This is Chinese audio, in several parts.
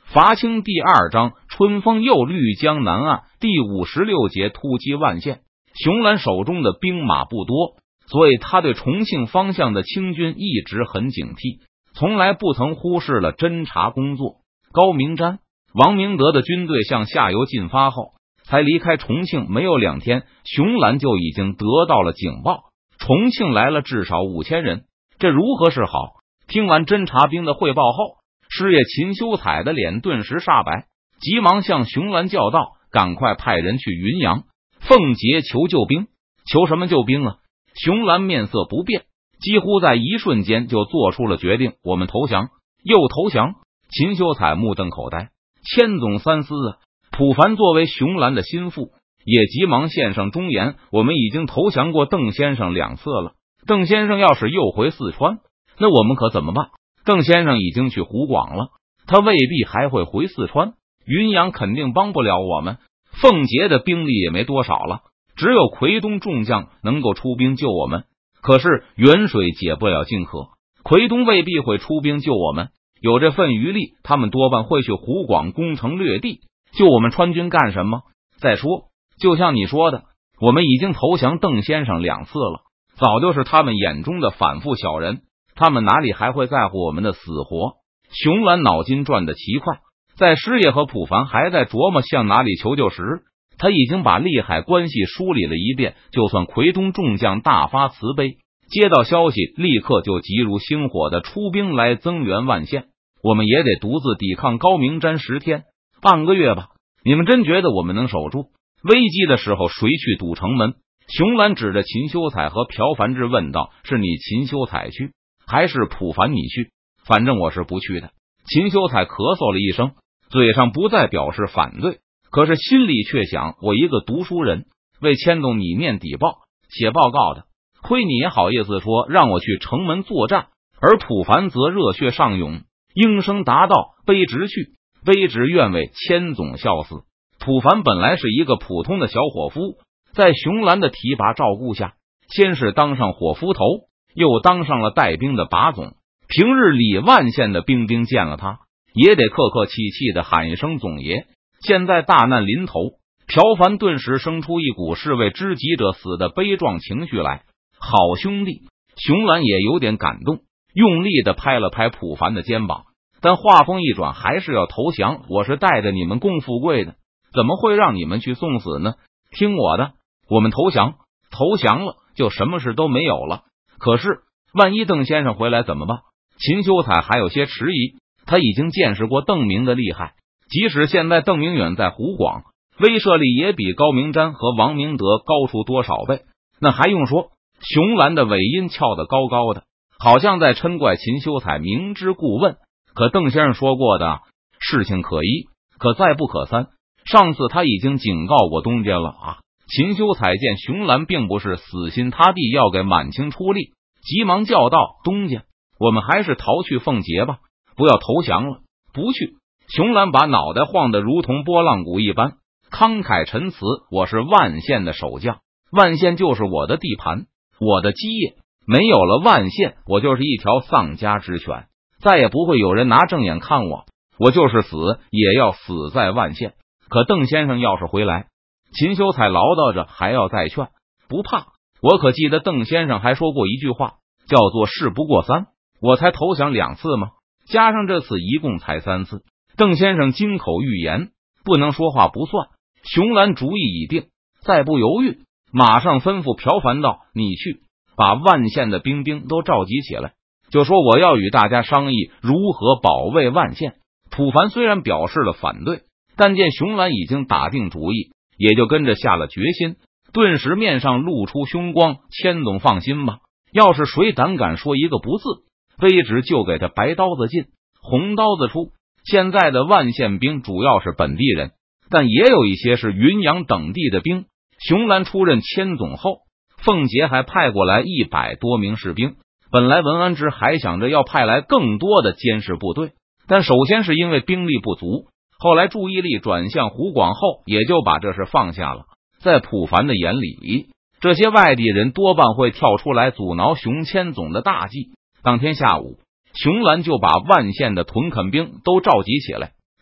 伐清第2章春风又绿江南岸第56节突击万县。熊兰手中的兵马不多，所以他对重庆方向的清军一直很警惕，从来不曾忽视了侦察工作。高明瞻、王明德的军队向下游进发后，才离开重庆没有2天，熊兰就已经得到了警报，重庆来了至少5000人，这如何是好？听完侦察兵的汇报后，师爷秦修彩的脸顿时煞白，急忙向熊兰叫道：赶快派人去云阳奉节求救兵。求什么救兵啊？熊兰面色不变，几乎在一瞬间就做出了决定，我们投降。又投降？秦修彩目瞪口呆，千总三思啊！普凡作为熊兰的心腹，也急忙献上忠言，我们已经投降过邓先生2次了，邓先生要是又回四川，那我们可怎么办？邓先生已经去湖广了，他未必还会回四川，云阳肯定帮不了我们，奉节的兵力也没多少了，只有奎东众将能够出兵救我们。可是远水解不了近渴，奎东未必会出兵救我们，有这份余力，他们多半会去湖广攻城略地，救我们川军干什么？再说，就像你说的，我们已经投降邓先生2次了，早就是他们眼中的反复小人，他们哪里还会在乎我们的死活？熊兰脑筋转得奇快，在师爷和普凡还在琢磨向哪里求救时，他已经把利害关系梳理了一遍，就算奎东众将大发慈悲，接到消息立刻就急如星火的出兵来增援万县，我们也得独自抵抗高明瞻10天半个月吧？你们真觉得我们能守住？危机的时候谁去堵城门？熊兰指着秦修彩和朴凡志问道：是你秦修彩去，还是普凡你去？反正我是不去的。秦修彩咳嗽了一声，嘴上不再表示反对，可是心里却想，我一个读书人，为牵动你念底报写报告的，亏你也好意思说让我去城门作战。而普凡则热血上涌，应声答道：卑职去，卑职愿为千总效死。普凡本来是一个普通的小伙夫，在熊兰的提拔照顾下，先是当上伙夫头，又当上了带兵的把总。平日里万县的兵丁见了他，也得客客气气的喊一声总爷。现在大难临头，朴凡顿时生出一股士为知己者死的悲壮情绪来。好兄弟！熊兰也有点感动，用力的拍了拍普凡的肩膀，但话锋一转，还是要投降。我是带着你们共富贵的，怎么会让你们去送死呢？听我的，我们投降，投降了就什么事都没有了。可是万一邓先生回来怎么办？秦修彩还有些迟疑，他已经见识过邓明的厉害，即使现在邓明远在湖广，威慑力也比高明瞻和王明德高出多少倍。那还用说，熊兰的尾音翘得高高的，好像在嗔怪秦修彩明知故问。可邓先生说过的，事情可一，可再不可三。上次他已经警告过东家了啊！秦修彩见熊兰并不是死心塌地要给满清出力，急忙叫道：东家，我们还是逃去奉节吧，不要投降了。不去！熊兰把脑袋晃得如同拨浪鼓一般，慷慨陈词：我是万县的守将，万县就是我的地盘，我的基业，没有了万县，我就是一条丧家之犬，再也不会有人拿正眼看我，我就是死也要死在万县。可邓先生要是回来，秦修彩唠叨着还要再劝，不怕，我可记得邓先生还说过一句话，叫做事不过三。我才投降2次吗？加上这次一共才3次。邓先生金口玉言，不能说话不算。熊兰主意已定，再不犹豫，马上吩咐朴凡道：你去把万县的兵丁都召集起来，就说我要与大家商议如何保卫万县。普凡虽然表示了反对，但见熊兰已经打定主意，也就跟着下了决心，顿时面上露出凶光。千总放心吧，要是谁胆敢说一个不字，卑职就给他白刀子进，红刀子出。现在的万县兵主要是本地人，但也有一些是云阳等地的兵。熊兰出任千总后，奉节还派过来100多名士兵。本来文安之还想着要派来更多的监视部队，但首先是因为兵力不足，后来注意力转向湖广后，也就把这事放下了。在普凡的眼里，这些外地人多半会跳出来阻挠熊千总的大计。当天下午，熊兰就把万县的屯垦兵都召集起来，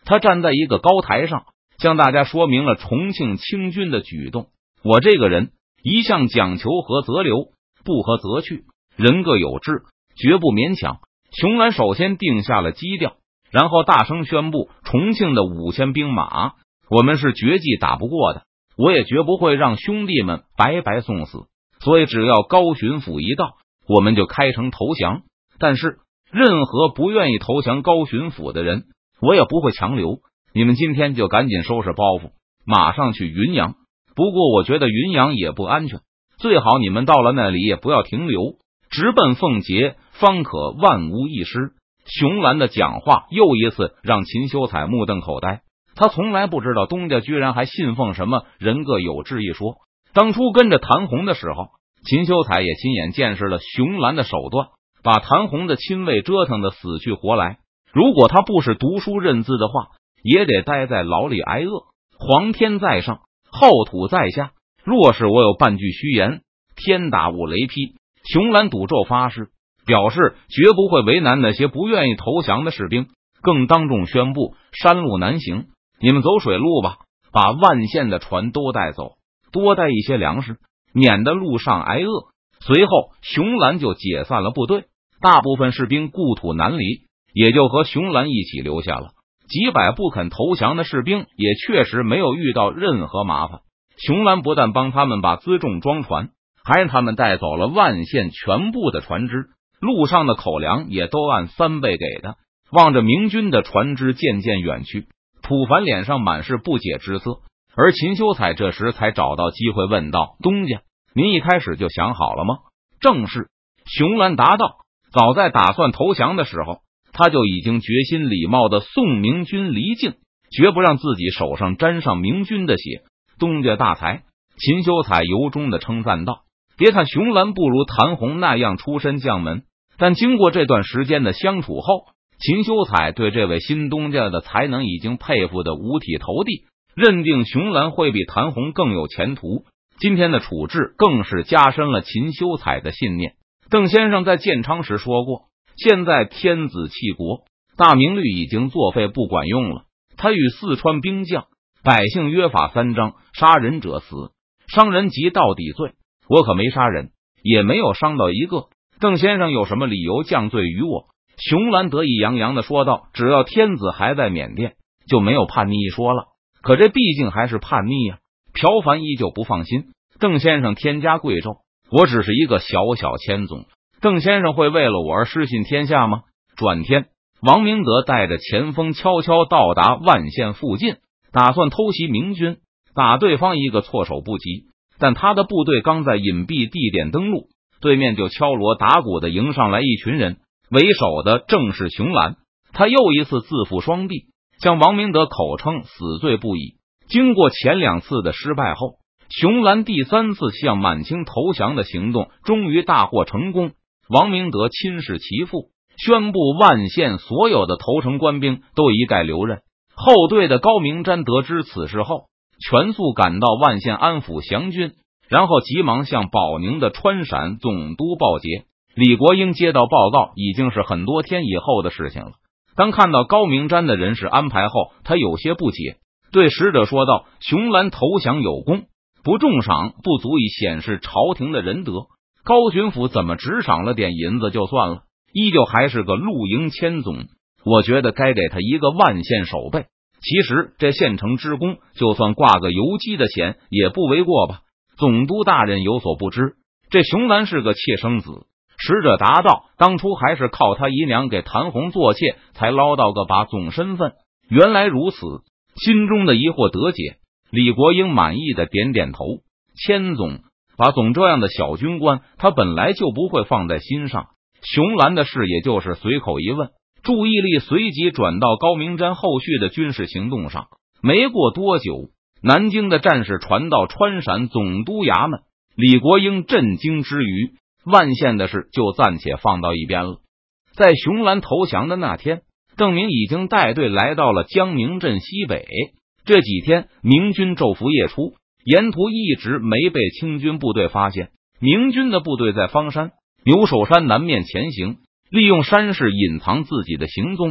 他站在一个高台上，向大家说明了重庆清军的举动。我这个人一向讲求合则留，不合则去，人各有志，绝不勉强。熊兰首先定下了基调，然后大声宣布，重庆的5000兵马，我们是绝技打不过的，我也绝不会让兄弟们白白送死，所以只要高巡抚一到，我们就开城投降。但是任何不愿意投降高巡抚的人，我也不会强留。你们今天就赶紧收拾包袱，马上去云阳。不过我觉得云阳也不安全，最好你们到了那里也不要停留，直奔奉节，方可万无一失。熊兰的讲话又一次让秦修才目瞪口呆，他从来不知道东家居然还信奉什么人各有志一说。当初跟着谭红的时候，秦修才也亲眼见识了熊兰的手段，把谭红的亲卫折腾得死去活来。如果他不是读书认字的话，也得待在牢里挨饿。皇天在上，后土在下，若是我有半句虚言，天打五雷劈。熊兰赌咒发誓，表示绝不会为难那些不愿意投降的士兵，更当众宣布山路难行，你们走水路吧，把万县的船都带走，多带一些粮食，免得路上挨饿。随后熊兰就解散了部队，大部分士兵故土难离，也就和熊兰一起留下了。几百不肯投降的士兵也确实没有遇到任何麻烦，熊兰不但帮他们把辎重装船，还让他们带走了万县全部的船只，路上的口粮也都按3倍给的。望着明军的船只渐渐远去，吐蕃脸上满是不解之色，而秦修才这时才找到机会问道：东家，您一开始就想好了吗？正是，熊兰答道，早在打算投降的时候，他就已经决心礼貌的送明军离境，绝不让自己手上沾上明军的血。东家大才，秦修才由衷的称赞道。别看熊兰不如谭红那样出身将门，但经过这段时间的相处后，秦修才对这位新东家的才能已经佩服的五体投地，认定熊兰会比谭红更有前途。今天的处置更是加深了秦修才的信念。邓先生在建昌时说过，现在天子弃国，大明律已经作废不管用了。他与四川兵将百姓约法3章，杀人者死，伤人即到底罪。我可没杀人，也没有伤到一个，邓先生有什么理由降罪于我？熊兰得意洋洋的说道，只要天子还在缅甸，就没有叛逆一说了。可这毕竟还是叛逆呀。朴凡依旧不放心，邓先生天加贵胄，我只是一个小小千总，邓先生会为了我而失信天下吗？转天，王明德带着前锋悄悄到达万县附近，打算偷袭明军，打对方一个措手不及。但他的部队刚在隐蔽地点登陆，对面就敲锣打鼓的迎上来一群人，为首的正是熊兰。他又一次自负双臂，向王明德口称死罪不已。经过前2次的失败后，熊兰第3次向满清投降的行动终于大获成功。王明德亲视其父，宣布万县所有的投诚官兵都一概留任。后队的高明瞻得知此事后，全速赶到万县安抚降军，然后急忙向保宁的川陕总督报捷。李国英接到报告已经是很多天以后的事情了。当看到高明瞻的人事安排后，他有些不解，对使者说道：熊兰投降有功，不重赏不足以显示朝廷的仁德，高巡抚怎么只赏了点银子就算了，依旧还是个陆营千总，我觉得该给他一个万县守备。其实这县城之功，就算挂个游击的衔也不为过吧。总督大人有所不知，这熊兰是个妾生子。使者答道，当初还是靠他姨娘给谭红做妾，才捞到个把总身份。原来如此，心中的疑惑得解。李国英满意的点点头。千总，把总这样的小军官，他本来就不会放在心上。熊兰的事也就是随口一问，注意力随即转到高明瞻后续的军事行动上。没过多久，南京的战事传到川陕总督衙门，李国英震惊之余，万县的事就暂且放到一边了。在熊兰投降的那天，邓明已经带队来到了江明镇西北。这几天明军昼伏夜出，沿途一直没被清军部队发现。明军的部队在方山、牛首山南面前行，利用山势隐藏自己的行踪，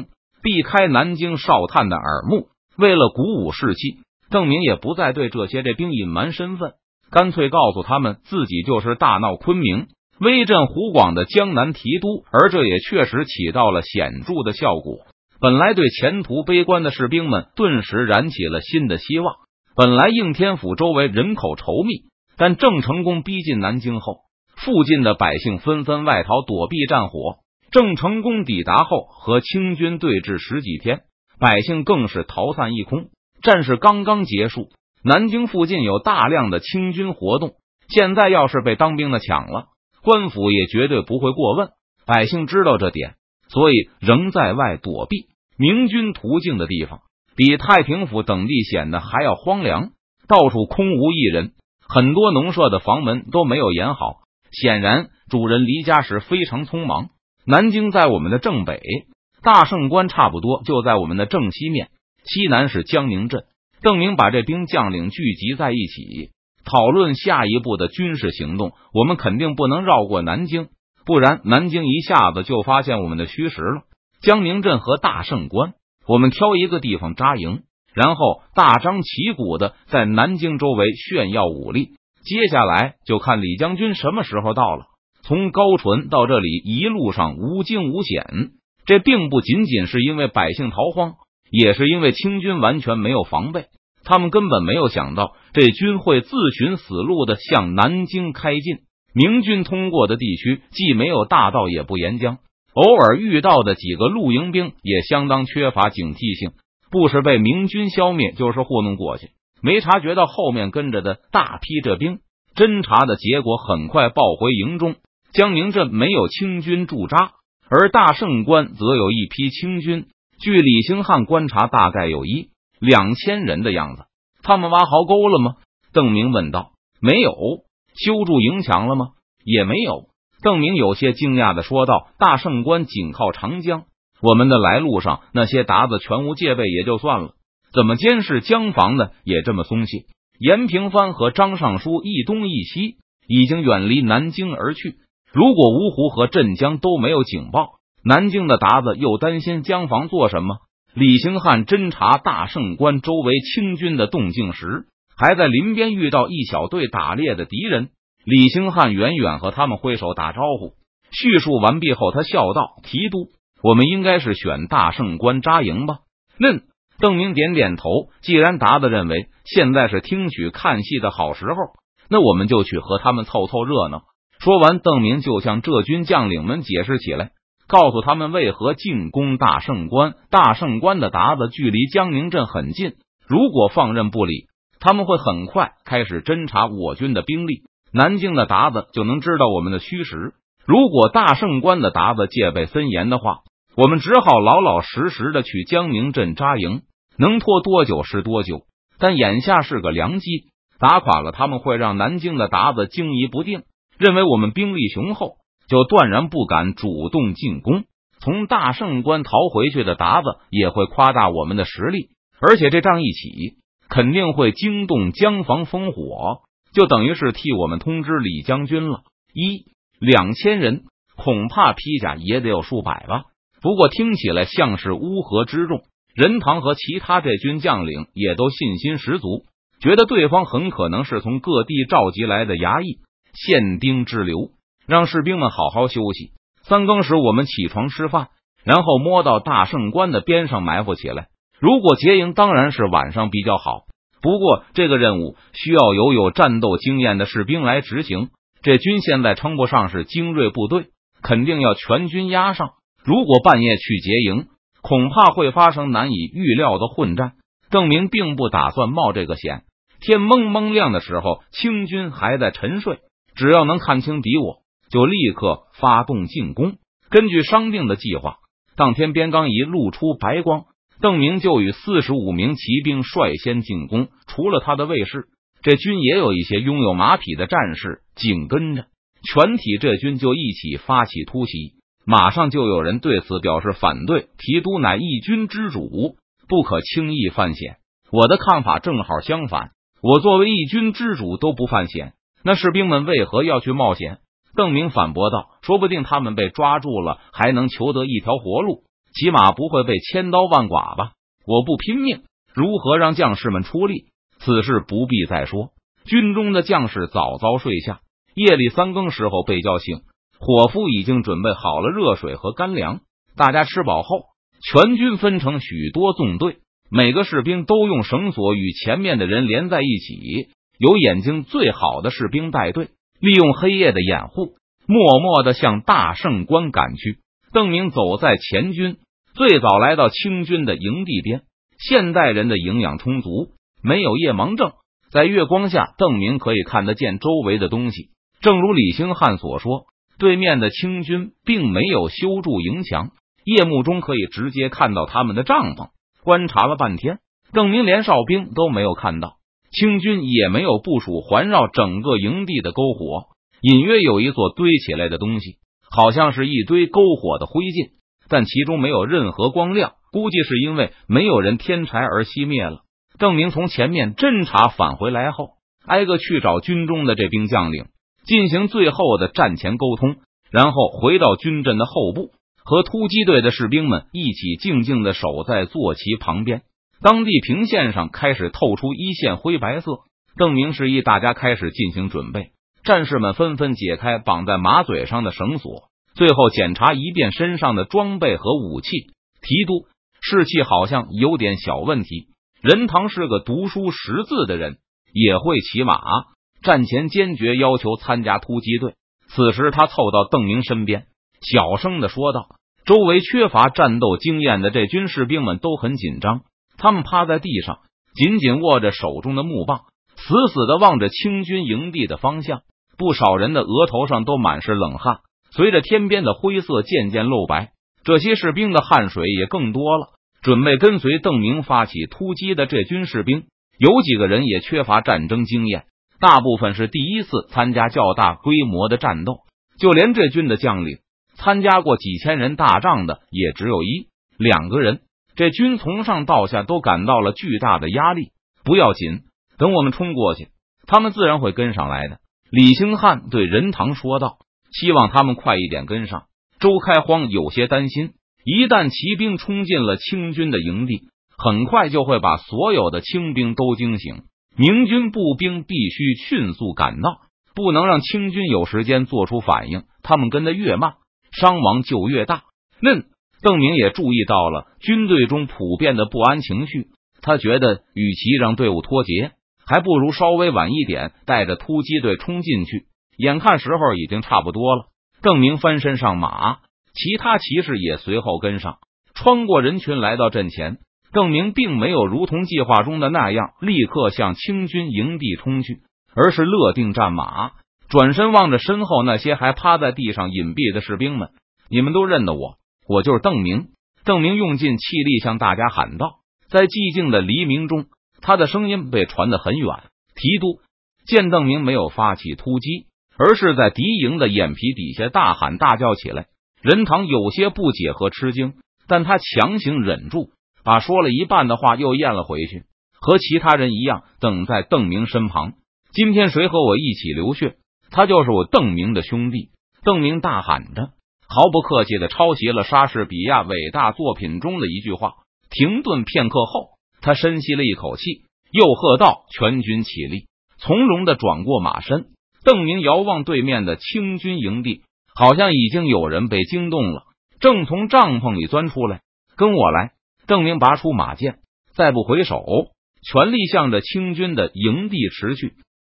避开南京哨探的耳目。为了鼓舞士气，邓明也不再对这些兵隐瞒身份，干脆告诉他们自己就是大闹昆明、威震湖广的江南提督，而这也确实起到了显著的效果。本来对前途悲观的士兵们顿时燃起了新的希望。本来应天府周围人口稠密，但郑成功逼近南京后，附近的百姓纷纷外逃躲避战火。郑成功抵达后和清军对峙十几天，百姓更是逃散一空。战事刚刚结束，南京附近有大量的清军活动，现在要是被当兵的抢了，官府也绝对不会过问。百姓知道这点，所以仍在外躲避。明军途径的地方比太平府等地显得还要荒凉，到处空无一人，很多农舍的房门都没有掩好，显然主人离家时非常匆忙。南京在我们的正北，大胜关差不多就在我们的正西面，西南是江宁镇。邓明把这兵将领聚集在一起，讨论下一步的军事行动。我们肯定不能绕过南京，不然南京一下子就发现我们的虚实了。江宁镇和大胜关，我们挑一个地方扎营，然后大张旗鼓的在南京周围炫耀武力。接下来就看李将军什么时候到了。从高淳到这里一路上无惊无险，这并不仅仅是因为百姓逃荒，也是因为清军完全没有防备。他们根本没有想到这军会自寻死路的向南京开进。明军通过的地区既没有大道也不沿江，偶尔遇到的几个露营兵也相当缺乏警惕性，不是被明军消灭就是糊弄过去，没察觉到后面跟着的大批这兵。侦查的结果很快报回营中，江宁镇没有清军驻扎，而大胜关则有一批清军，据李兴汉观察大概有1-2千人的样子。他们挖壕沟了吗？邓明问道。没有。修筑营墙了吗？也没有。邓明有些惊讶地说道。大胜关紧靠长江，我们的来路上那些鞑子全无戒备也就算了，怎么监视江防的也这么松懈？严平藩和张尚书一东一西，已经远离南京而去。如果芜湖和镇江都没有警报，南京的鞑子又担心江防做什么？李兴汉侦察大胜关周围清军的动静时，还在林边遇到一小队打猎的敌人。李兴汉远远和他们挥手打招呼。叙述完毕后，他笑道：提督，我们应该是选大胜关扎营吧？邓明点点头。既然鞑子认为现在是听曲看戏的好时候，那我们就去和他们凑凑热闹。说完，邓明就向这军将领们解释起来，告诉他们为何进攻大胜关。大胜关的鞑子距离江宁镇很近，如果放任不理，他们会很快开始侦察我军的兵力，南京的鞑子就能知道我们的虚实。如果大胜关的鞑子戒备森严的话，我们只好老老实实的去江宁镇扎营，能拖多久是多久。但眼下是个良机，打垮了他们会让南京的鞑子惊疑不定，认为我们兵力雄厚，就断然不敢主动进攻。从大胜关逃回去的鞑子也会夸大我们的实力，而且这仗一起肯定会惊动江防烽火，就等于是替我们通知李将军了。1-2千人，恐怕披甲也得有数百吧。不过听起来像是乌合之众。任堂和其他这军将领也都信心十足，觉得对方很可能是从各地召集来的衙役、县丁之流，让士兵们好好休息。3更时我们起床吃饭，然后摸到大胜关的边上埋伏起来。如果结营，当然是晚上比较好，不过这个任务需要有战斗经验的士兵来执行。这军现在称不上是精锐部队，肯定要全军压上。如果半夜去结营，恐怕会发生难以预料的混战。邓明并不打算冒这个险。天蒙蒙亮的时候，清军还在沉睡，只要能看清敌我，就立刻发动进攻。根据商定的计划，当天边刚一露出白光，邓明就与45名骑兵率先进攻。除了他的卫士，这军也有一些拥有马匹的战士紧跟着，全体这军就一起发起突袭。马上就有人对此表示反对，提督乃一军之主，不可轻易犯险。我的看法正好相反，我作为一军之主都不犯险，那士兵们为何要去冒险？邓明反驳道，说不定他们被抓住了，还能求得一条活路。 起码不会被千刀万剐吧？我不拼命，如何让将士们出力？此事不必再说。军中的将士早早睡下，夜里3更时候被叫醒，伙夫已经准备好了热水和干粮。大家吃饱后，全军分成许多纵队，每个士兵都用绳索与前面的人连在一起，有眼睛最好的士兵带队，利用黑夜的掩护，默默地向大胜关赶去。邓明走在前军，最早来到清军的营地边。现代人的营养充足，没有夜盲症，在月光下，邓明可以看得见周围的东西。正如李兴汉所说，对面的清军并没有修筑营墙，夜幕中可以直接看到他们的帐篷。观察了半天，邓明连哨兵都没有看到，清军也没有部署环绕整个营地的篝火，隐约有一座堆起来的东西，好像是一堆篝火的灰烬，但其中没有任何光亮，估计是因为没有人添柴而熄灭了。邓明从前面侦察返回来后，挨个去找军中的这兵将领，进行最后的战前沟通，然后回到军阵的后部，和突击队的士兵们一起静静地守在坐骑旁边。当地平线上开始透出一线灰白色，邓明示意大家开始进行准备。战士们纷纷解开绑在马嘴上的绳索，最后检查一遍身上的装备和武器。提督，士气好像有点小问题。任堂是个读书识字的人，也会骑马，战前坚决要求参加突击队。此时他凑到邓明身边，小声地说道：周围缺乏战斗经验的这军士兵们都很紧张，他们趴在地上，紧紧握着手中的木棒，死死地望着清军营地的方向。不少人的额头上都满是冷汗，随着天边的灰色渐渐露白，这些士兵的汗水也更多了。准备跟随邓明发起突击的这军士兵，有几个人也缺乏战争经验，大部分是第一次参加较大规模的战斗。就连这军的将领，参加过几千人大仗的也只有1、2个人。这军从上到下都感到了巨大的压力。不要紧，等我们冲过去，他们自然会跟上来的。李兴汉对任堂说道，希望他们快一点跟上。周开荒有些担心，一旦骑兵冲进了清军的营地，很快就会把所有的清兵都惊醒。明军步兵必须迅速赶到，不能让清军有时间做出反应，他们跟得越慢，伤亡就越大。邓明也注意到了军队中普遍的不安情绪，他觉得与其让队伍脱节，还不如稍微晚一点带着突击队冲进去。眼看时候已经差不多了，邓明翻身上马，其他骑士也随后跟上，穿过人群来到阵前。邓明并没有如同计划中的那样立刻向清军营地冲去，而是勒定战马，转身望着身后那些还趴在地上隐蔽的士兵们，你们都认得我，我就是邓明。邓明用尽气力向大家喊道，在寂静的黎明中，他的声音被传得很远。提督见邓明没有发起突击，而是在敌营的眼皮底下大喊大叫起来，任堂有些不解和吃惊，但他强行忍住，把说了一半的话又咽了回去，和其他人一样等在邓明身旁。今天谁和我一起流血，他就是我邓明的兄弟。邓明大喊着，毫不客气地抄袭了莎士比亚伟大作品中的一句话。停顿片刻后，他深吸了一口气，又喝道，全军起立，从容地转过马身。邓明遥望对面的清军营地，好像已经有人被惊动了，正从帐篷里钻出来。跟我来。邓明拔出马剑，再不回首，全力向着清军的营地驰去。